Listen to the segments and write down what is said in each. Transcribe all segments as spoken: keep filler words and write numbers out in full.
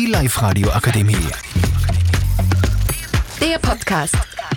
Die Live-Radio Akademie. Der Podcast.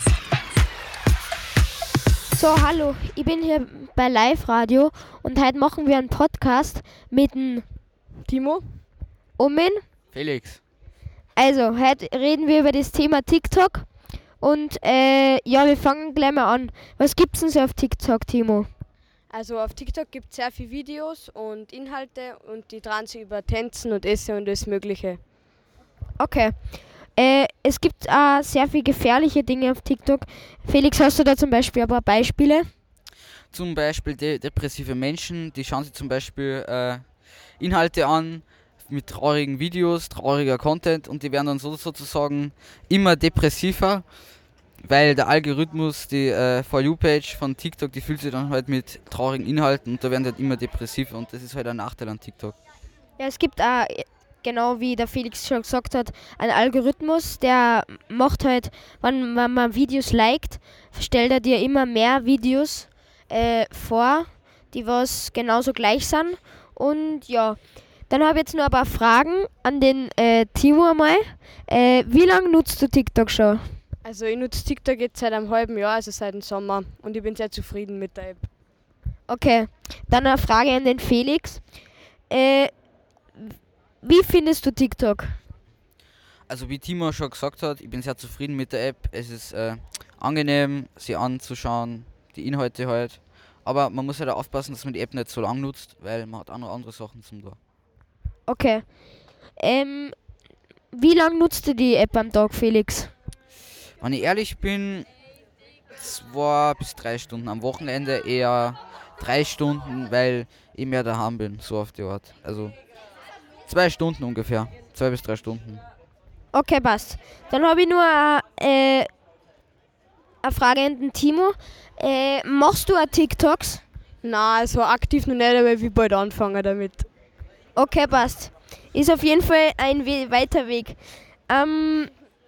So, hallo, ich bin hier bei Live-Radio und heute machen wir einen Podcast mit dem Timo und mit Felix. Also, heute reden wir über das Thema TikTok und äh, ja, wir fangen gleich mal an. Was gibt's denn so auf TikTok, Timo? Also auf TikTok gibt es sehr viele Videos und Inhalte und die drehen sich über Tänzen und Essen und das Mögliche. Okay. Äh, es gibt auch sehr viele gefährliche Dinge auf TikTok. Felix, hast du da zum Beispiel ein paar Beispiele? Zum Beispiel de- depressive Menschen, die schauen sich zum Beispiel äh, Inhalte an mit traurigen Videos, trauriger Content und die werden dann so, sozusagen immer depressiver, weil der Algorithmus, die äh, For You-Page von TikTok, die füllt sich dann halt mit traurigen Inhalten und da werden die halt immer depressiver und das ist halt ein Nachteil an TikTok. Ja, es gibt auch, genau wie der Felix schon gesagt hat, einen Algorithmus, der macht halt, wenn, wenn man Videos liked, stellt er dir immer mehr Videos äh, vor, die was genauso gleich sind. Und ja, dann habe ich jetzt noch ein paar Fragen an den äh, Timo einmal. Äh, wie lange nutzt du TikTok schon? Also ich nutze TikTok jetzt seit einem halben Jahr, also seit dem Sommer und ich bin sehr zufrieden mit der App. Okay, dann eine Frage an den Felix. Äh, wie findest du TikTok? Also wie Timo schon gesagt hat, ich bin sehr zufrieden mit der App. Es ist äh, angenehm, sie anzuschauen, die Inhalte halt. Aber man muss halt auch aufpassen, dass man die App nicht so lang nutzt, weil man hat andere, andere Sachen zum tun. Okay. Ähm, wie lange nutzt du die App am Tag, Felix? Wenn ich ehrlich bin, zwei bis drei Stunden. Am Wochenende eher drei Stunden, weil ich mehr daheim bin, so auf die Art. Also zwei Stunden ungefähr, zwei bis drei Stunden. Okay, passt. Dann habe ich nur äh, eine Frage an den Timo. Äh, machst du auch TikToks? Na, also aktiv noch nicht, aber ich will bald anfangen damit. Okay, passt. Ist auf jeden Fall ein we- weiter Weg. Ähm,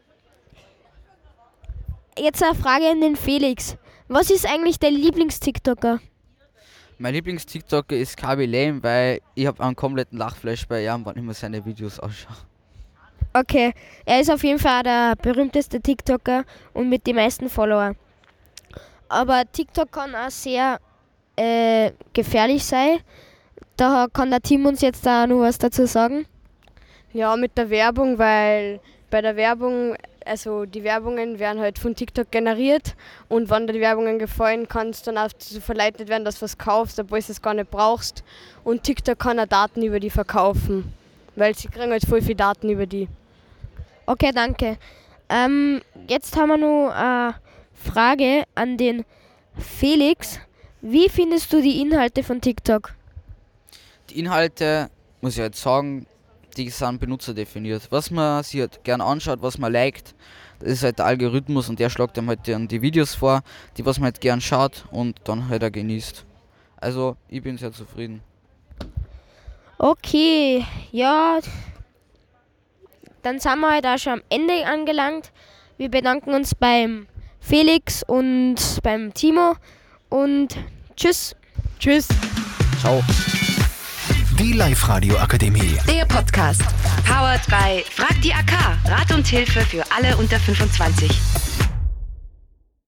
jetzt eine Frage an den Felix. Was ist eigentlich dein Lieblings-TikToker? Mein Lieblings-TikToker ist Kabi Lame, weil ich habe einen kompletten Lachflash bei ihm, wann ich mir seine Videos anschaue. Okay, er ist auf jeden Fall der berühmteste TikToker und mit den meisten Follower. Aber TikTok kann auch sehr äh, gefährlich sein. Da kann der Team uns jetzt da noch was dazu sagen. Ja, mit der Werbung, weil bei der Werbung, also die Werbungen werden halt von TikTok generiert und wenn dir die Werbungen gefallen, kannst du dann auch so verleitet werden, dass du was kaufst, obwohl du es gar nicht brauchst. Und TikTok kann auch Daten über die verkaufen, weil sie kriegen halt voll viel Daten über die. Okay, danke. Ähm, jetzt haben wir noch eine Frage an den Felix. Wie findest du die Inhalte von TikTok? Die Inhalte, muss ich halt sagen, die sind benutzerdefiniert. Was man sich halt gerne anschaut, was man liked, das ist halt der Algorithmus und der schlägt einem halt dann die Videos vor, die was man halt gern schaut und dann halt auch genießt. Also ich bin sehr zufrieden. Okay, ja, dann sind wir halt auch schon am Ende angelangt. Wir bedanken uns beim Felix und beim Timo und tschüss. Tschüss! Ciao! Die Live-Radio Akademie. Der Podcast. Powered by Frag die A K. Rat und Hilfe für alle unter fünfundzwanzig.